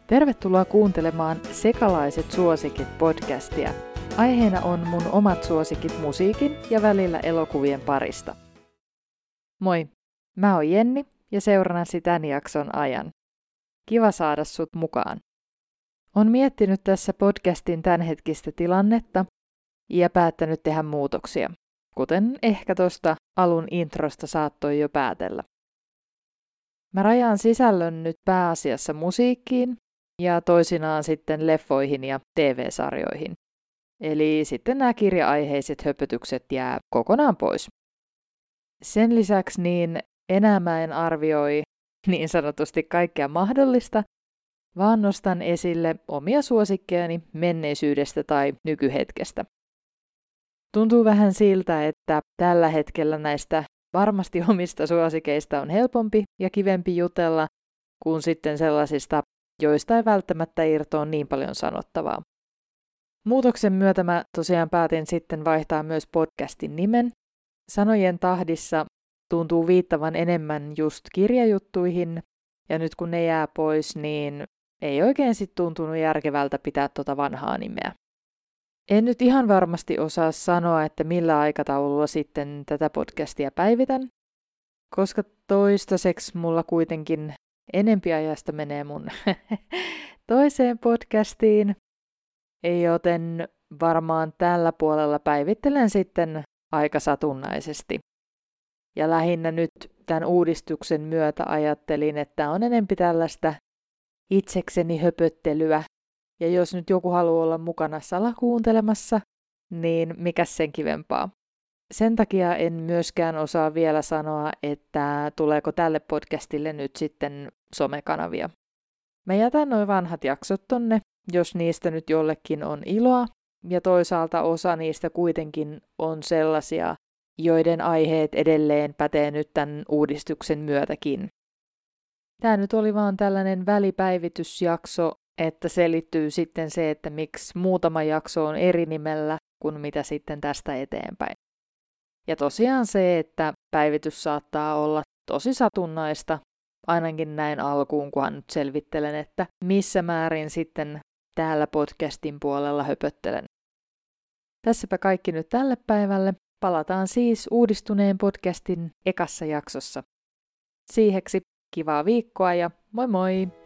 Tervetuloa kuuntelemaan Sekalaiset suosikit podcastia. Aiheena on mun omat suosikit musiikin ja välillä elokuvien parista. Moi, mä oon Jenni ja seurannasi tämän jakson ajan. Kiva saada sut mukaan. Oon miettinyt tässä podcastin tämänhetkistä tilannetta ja päättänyt tehdä muutoksia, kuten ehkä tuosta alun introsta saattoi jo päätellä. Mä rajaan sisällön nyt pääasiassa musiikkiin ja toisinaan sitten leffoihin ja TV-sarjoihin. Eli sitten nämä kirja-aiheiset höpötykset jää kokonaan pois. Sen lisäksi niin enää mä en arvioi niin sanotusti kaikkea mahdollista, vaan nostan esille omia suosikkejani menneisyydestä tai nykyhetkestä. Tuntuu vähän siltä, että tällä hetkellä näistä varmasti omista suosikeista on helpompi ja kivempi jutella kuin sitten sellaisista, joista ei välttämättä irtoa niin paljon sanottavaa. Muutoksen myötä mä tosiaan päätin sitten vaihtaa myös podcastin nimen. Sanojen tahdissa tuntuu viittavan enemmän just kirjajuttuihin, ja nyt kun ne jää pois, niin ei oikein sit tuntunut järkevältä pitää tota vanhaa nimeä. En nyt ihan varmasti osaa sanoa, että millä aikataululla sitten tätä podcastia päivitän, koska toistaiseksi mulla kuitenkin enempi ajasta menee mun toiseen podcastiin, joten varmaan tällä puolella päivittelen sitten aika satunnaisesti. Ja lähinnä nyt tämän uudistuksen myötä ajattelin, että on enempi tällaista itsekseni höpöttelyä. Ja jos nyt joku haluaa olla mukana salakuuntelemassa, niin mikäs sen kivempaa. Sen takia en myöskään osaa vielä sanoa, että tuleeko tälle podcastille nyt sitten somekanavia. Mä jätän nuo vanhat jaksot tonne, jos niistä nyt jollekin on iloa, ja toisaalta osa niistä kuitenkin on sellaisia, joiden aiheet edelleen pätee nyt tämän uudistuksen myötäkin. Tää nyt oli vaan tällainen välipäivitysjakso, että selittyy sitten se, että miksi muutama jakso on eri nimellä kuin mitä sitten tästä eteenpäin. Ja tosiaan se, että päivitys saattaa olla tosi satunnaista, ainakin näin alkuun, kunhan nyt selvittelen, että missä määrin sitten täällä podcastin puolella höpöttelen. Tässäpä kaikki nyt tälle päivälle. Palataan siis uudistuneen podcastin ekassa jaksossa. Siiheksi kivaa viikkoa ja moi moi!